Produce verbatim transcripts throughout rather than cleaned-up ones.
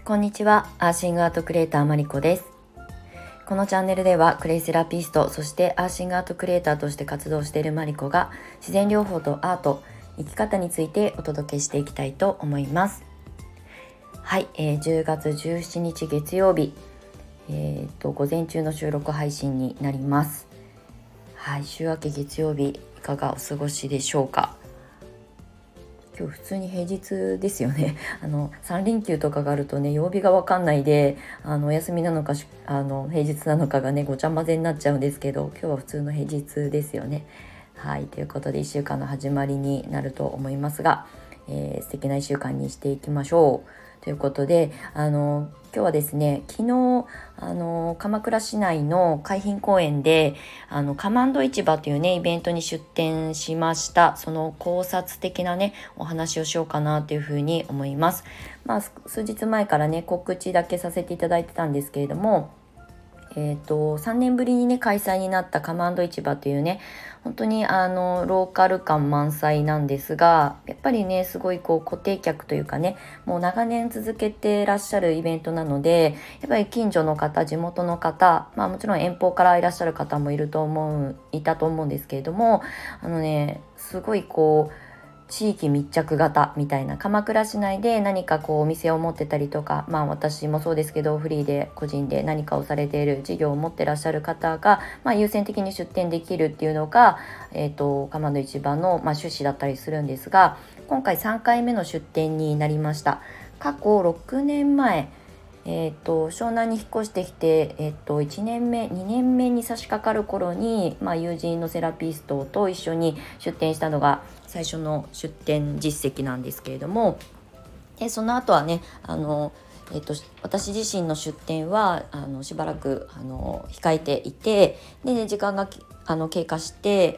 こんにちは。アーシングアートクリエイターマリコです。このチャンネルではクレイセラピスト、そしてアーシングアートクリエイターとして活動しているマリコが自然療法とアート、生き方についてお届けしていきたいと思います。はい、えー、じゅうがつじゅうしちにち月曜日、えー、と午前中の収録配信になります。はい、週明け月曜日いかがお過ごしでしょうか。今日普通に平日ですよね。あのさん連休とかがあるとね、曜日が分かんないで、あのお休みなのかあの平日なのかがねごちゃ混ぜになっちゃうんですけど、今日は普通の平日ですよね。はい、ということでいっしゅうかんの始まりになると思いますが、えー、素敵ないっしゅうかんにしていきましょう。ということで、あの今日はですね、昨日あの鎌倉市内の海浜公園であのカマンド市場というねイベントに出展しました。その考察的なねお話をしようかなというふうに思います。まあ数日前からね告知だけさせていただいてたんですけれども、えーと、さんねんぶりにね開催になったカマンド市場というね、本当にあのローカル感満載なんですが、やっぱりねすごいこう固定客というかね、もう長年続けてらっしゃるイベントなので、やっぱり近所の方、地元の方、まあもちろん遠方からいらっしゃる方もいると思ういたと思うんですけれども、あのねすごいこう地域密着型みたいな、鎌倉市内で何かこうお店を持ってたりとか、まあ私もそうですけどフリーで個人で何かをされている事業を持ってらっしゃる方が、まあ、優先的に出店できるっていうのが、えーと、カマンド市場の、まあ、趣旨だったりするんですが、今回さんかいめの出店になりました。過去ろくねんまえ、えーと、湘南に引っ越してきて、えーと、いちねんめにねんめに差し掛かる頃に、まあ、友人のセラピストと一緒に出店したのが最初の出店実績なんですけれども、でその後はねあの、えーと、私自身の出店はあのしばらくあの控えていて、で、ね、時間があの経過して、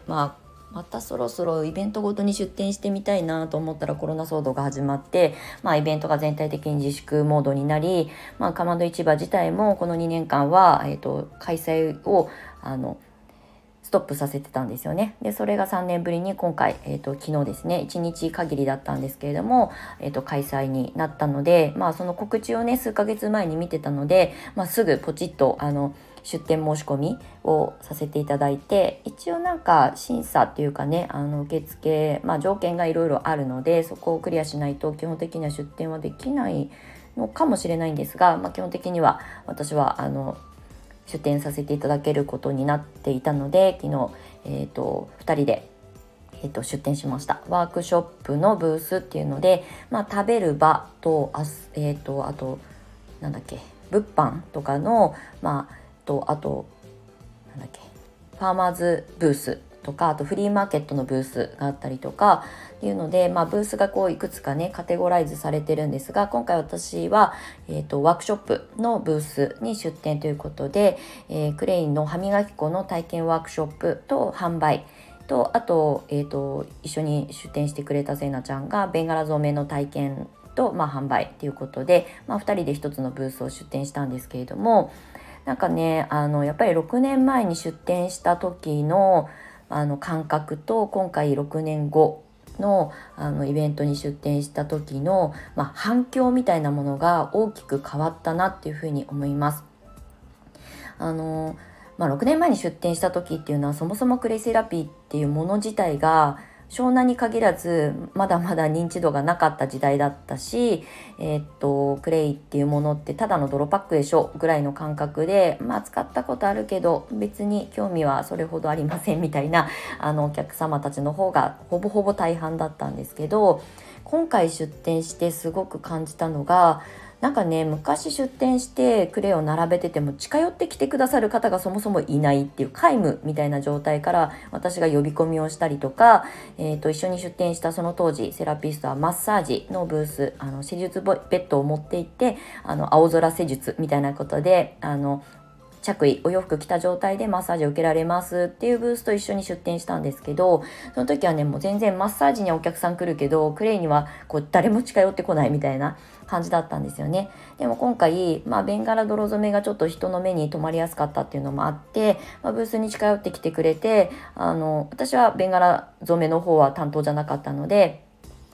まあまたそろそろイベントごとに出店してみたいなと思ったらコロナ騒動が始まって、まあ、イベントが全体的に自粛モードになり、まあ、カマンド市場自体もこのにねんかんは、えーと、開催をあのストップさせてたんですよね。でそれがさんねんぶりに今回、えーと、昨日ですねいちにち限りだったんですけれども、えーと、開催になったので、まあ、その告知をね数ヶ月前に見てたので、まあ、すぐポチッとあの出店申し込みをさせていただいて、一応なんか審査っていうかねあの受付、まあ、条件がいろいろあるので、そこをクリアしないと基本的には出店はできないのかもしれないんですが、まあ、基本的には私はあの出展させていただけることになっていたので、昨日、えーと、ふたりで、えーと、出展しました。ワークショップのブースっていうので、まあ、食べる場と、あ、えーと、あとなんだっけ物販とかの、まあ、とあとなんだっけファーマーズブースとか、あとフリーマーケットのブースがあったりとかっていうので、まあ、ブースがこういくつかねカテゴライズされてるんですが、今回私は、えーと、ワークショップのブースに出展ということで、えー、クレインの歯磨き粉の体験ワークショップと販売と、あと、えーと、一緒に出展してくれたせいなちゃんがベンガラ染めの体験と、まあ、販売ということで、まあ、ふたりでひとつのブースを出展したんですけれども、なんかねあのやっぱりろくねんまえに出展した時のあの感覚と、今回ろくねんごのあのイベントに出展した時の、まあ、反響みたいなものが大きく変わったなっていうふうに思います。あのまあ、ろくねんまえに出展した時っていうのは、そもそもクレイセラピーっていうもの自体が湘南に限らずまだまだ認知度がなかった時代だったし、えー、っとクレイっていうものってただの泥パックでしょぐらいの感覚で、まあ使ったことあるけど別に興味はそれほどありませんみたいなあのお客様たちの方がほぼほぼ大半だったんですけど、今回出展してすごく感じたのが、なんかね昔出店してクレイを並べてても近寄ってきてくださる方がそもそもいないっていう皆無みたいな状態から私が呼び込みをしたりとか、えー、と一緒に出店したその当時セラピストはマッサージのブース、あの施術ベッドを持って行って、あの青空施術みたいなことであの着衣お洋服着た状態でマッサージを受けられますっていうブースと一緒に出店したんですけど、その時はねもう全然マッサージにはお客さん来るけどクレイにはこう誰も近寄ってこないみたいな感じだったんですよね。でも今回、まあ、ベンガラ泥染めがちょっと人の目に留まりやすかったっていうのもあって、まあ、ブースに近寄ってきてくれて、あの私はベンガラ染めの方は担当じゃなかったので、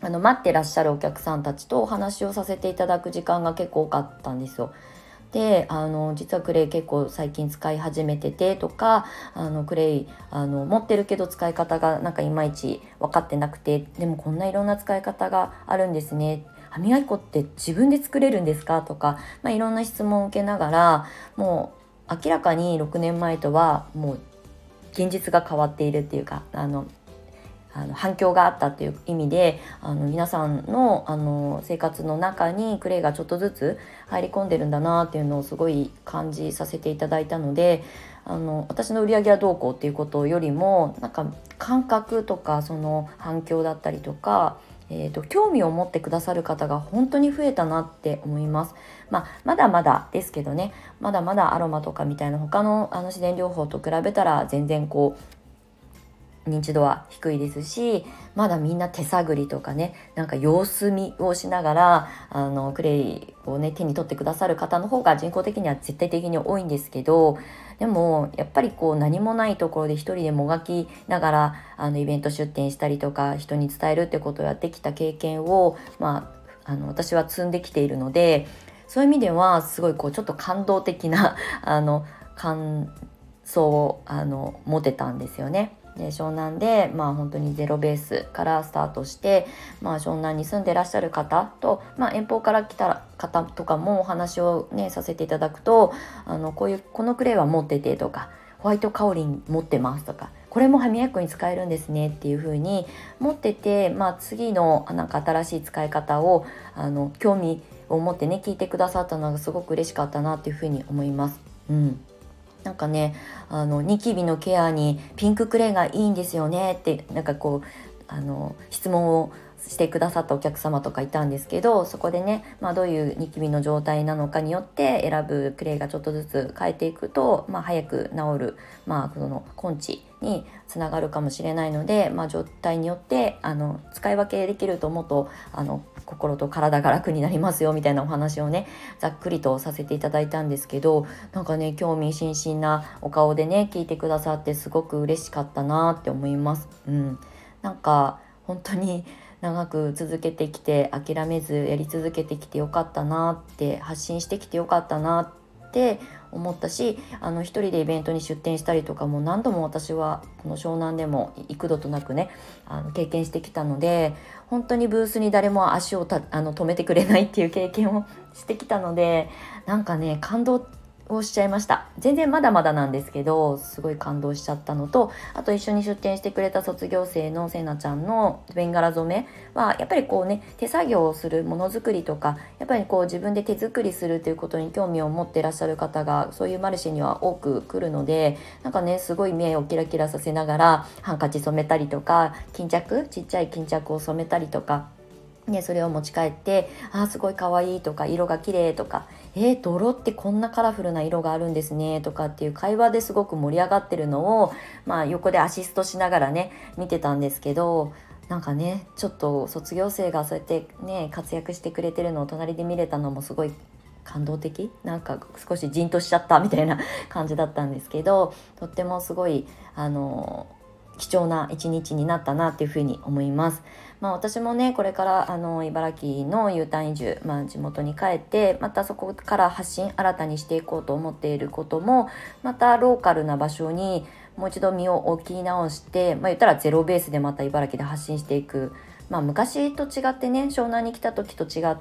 あの待ってらっしゃるお客さんたちとお話をさせていただく時間が結構多かったんですよ。で、あの実はクレイ結構最近使い始めててとか、あのクレイあの持ってるけど使い方がなんかいまいち分かってなくて、でもこんないろんな使い方があるんですね、歯磨き粉って自分で作れるんですかとか、まあ、いろんな質問を受けながら、もう明らかにろくねんまえとはもう現実が変わっているっていうか、あのあの反響があったという意味で、あの皆さんの、あの生活の中にクレイがちょっとずつ入り込んでるんだなっていうのをすごい感じさせていただいたので、あの私の売り上げはどうこうっていうことよりも、なんか感覚とかその反響だったりとか、えーと、興味を持ってくださる方が本当に増えたなって思います。まあ、まだまだですけどね、まだまだアロマとかみたいな他の、あの自然療法と比べたら全然こう認知度は低いですし、まだみんな手探りとかね、なんか様子見をしながらあのクレイをね手に取ってくださる方の方が人口的には絶対的に多いんですけど、でもやっぱりこう何もないところで一人でもがきながらあのイベント出店したりとか人に伝えるってことをやってきた経験を、まあ、あの私は積んできているので、そういう意味ではすごいこうちょっと感動的なあの感想をあの持てたんですよね。で湘南で、まあ、本当にゼロベースからスタートして、まあ、湘南に住んでらっしゃる方と、まあ、遠方から来た方とかもお話を、ね、させていただくと、あのこういうこのクレイは持っててとか、ホワイトカオリン持ってますとか、これも歯磨き粉に使えるんですねっていう風に持ってて、まあ、次のなんか新しい使い方をあの興味を持ってね聞いてくださったのがすごく嬉しかったなっていう風に思います。うんなんかね、あのニキビのケアにピンククレイがいいんですよねってなんかこうあの質問をしてくださったお客様とかいたんですけど、そこでね、まあ、どういうニキビの状態なのかによって選ぶクレイがちょっとずつ変えていくと、まあ、早く治る、まあ、その根治につながるかもしれないので、まあ、状態によってあの使い分けできるともっとあの心と体が楽になりますよみたいなお話をねざっくりとさせていただいたんですけど、なんかね興味津々なお顔でね聞いてくださってすごく嬉しかったなって思います。うん、なんか本当に長く続けてきて諦めずやり続けてきてよかったなって、発信してきてよかったなって思ったし、あの一人でイベントに出店したりとかも何度も私はこの湘南でも幾度となくねあの経験してきたので、本当にブースに誰も足をたあの止めてくれないっていう経験をしてきたので、なんかね感動をしちゃいました。全然まだまだなんですけどすごい感動しちゃったのと、あと一緒に出店してくれた卒業生のせなちゃんのベンガラ染めはやっぱりこうね手作業をするものづくりとか、やっぱりこう自分で手作りするということに興味を持っていらっしゃる方がそういうマルシェには多く来るので、なんかねすごい目をキラキラさせながらハンカチ染めたりとか、巾着ちっちゃい巾着を染めたりとかね、それを持ち帰ってあーすごい可愛いとか色が綺麗とか、えー、泥ってこんなカラフルな色があるんですねとかっていう会話ですごく盛り上がってるのを、まあ、横でアシストしながらね見てたんですけど、なんかねちょっと卒業生がそうやってね活躍してくれてるのを隣で見れたのもすごい感動的、なんか少しじんとしちゃったみたいな感じだったんですけど、とってもすごいあの貴重な一日になったなっていうふうに思います。まあ、私もねこれからあの茨城の U ターン移住、まあ、地元に帰ってまたそこから発信新たにしていこうと思っていることも、またローカルな場所にもう一度身を置き直して、まあ、言ったらゼロベースでまた茨城で発信していく。まあ、昔と違ってね湘南に来た時と違って、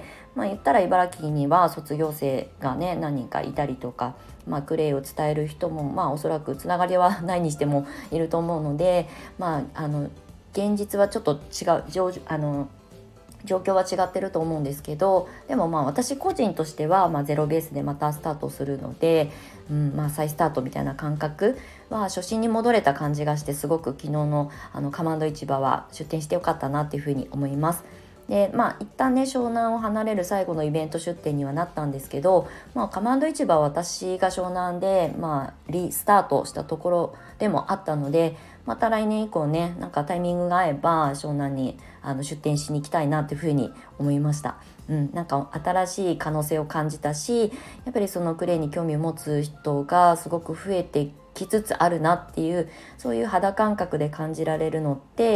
まあ、言ったら茨城には卒業生がね何人かいたりとか、まあ、クレイを伝える人も、まあ、おそらくつながりはないにしてもいると思うので、まあ、あの現実はちょっと違う状あの状況は違ってると思うんですけど、でもまあ私個人としては、まあ、ゼロベースでまたスタートするので、うんまあ、再スタートみたいな感覚は初心に戻れた感じがして、すごく昨日のあのカマンド市場は出店してよかったなっていうふうに思います。でまあ一旦ね湘南を離れる最後のイベント出店にはなったんですけど、まあ、カマンド市場は私が湘南で、まあ、リスタートしたところでもあったので、また来年以降ねなんかタイミングが合えば湘南にあの出店しに行きたいなというふうに思いました。うん、なんか新しい可能性を感じたし、やっぱりそのクレイに興味を持つ人がすごく増えてきつつあるなっていう、そういう肌感覚で感じられるのって、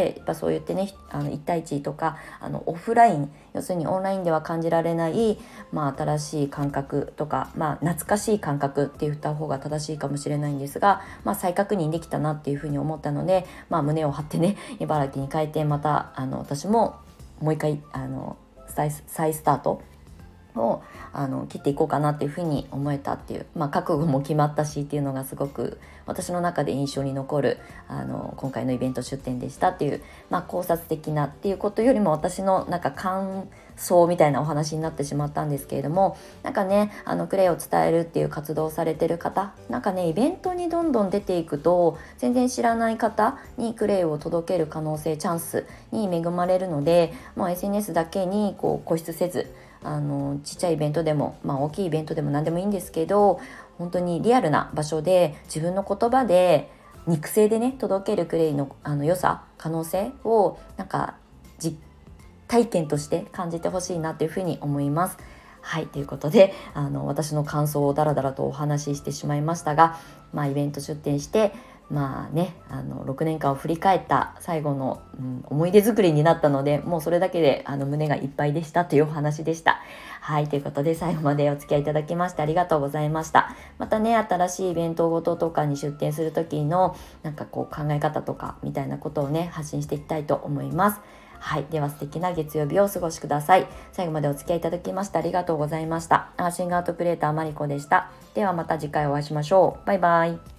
やっぱそう言ってね、あのいち対いちとかあのオフライン、要するにオンラインでは感じられない、まあ、新しい感覚とか、まあ、懐かしい感覚って言った方が正しいかもしれないんですが、まあ、再確認できたなっていうふうに思ったので、まあ、胸を張ってね、茨城に帰ってまたあの私ももう一回あの再再スタートをあの切っていこうかなっていうふうに思えたっていう、まあ、覚悟も決まったしっていうのがすごく私の中で印象に残るあの今回のイベント出展でしたっていう、まあ、考察的なっていうことよりも私のなんか感想みたいなお話になってしまったんですけれども、なんかねあのクレイを伝えるっていう活動をされてる方、なんかねイベントにどんどん出ていくと全然知らない方にクレイを届ける可能性チャンスに恵まれるので、まあ、エスエヌエス だけにこう固執せず、あのちっちゃいイベントでも、まあ、大きいイベントでも何でもいいんですけど、本当にリアルな場所で自分の言葉で肉声でね届けるクレイの、あの良さ可能性をなんか実体験として感じてほしいなというふうに思います。はい、ということであの私の感想をダラダラとお話ししてしまいましたが、まあ、イベント出展してまあね、あのろくねんかんを振り返った最後の、うん、思い出作りになったので、もうそれだけであの胸がいっぱいでしたというお話でした。はい、ということで最後までお付き合いいただきましてありがとうございました。またね、新しいイベントごととかに出展する時のなんかこう考え方とかみたいなことをね発信していきたいと思います。はい、では素敵な月曜日をお過ごしください。最後までお付き合いいただきましてありがとうございました。アーシングアートクリエイターマリコでした。ではまた次回お会いしましょう。バイバイ。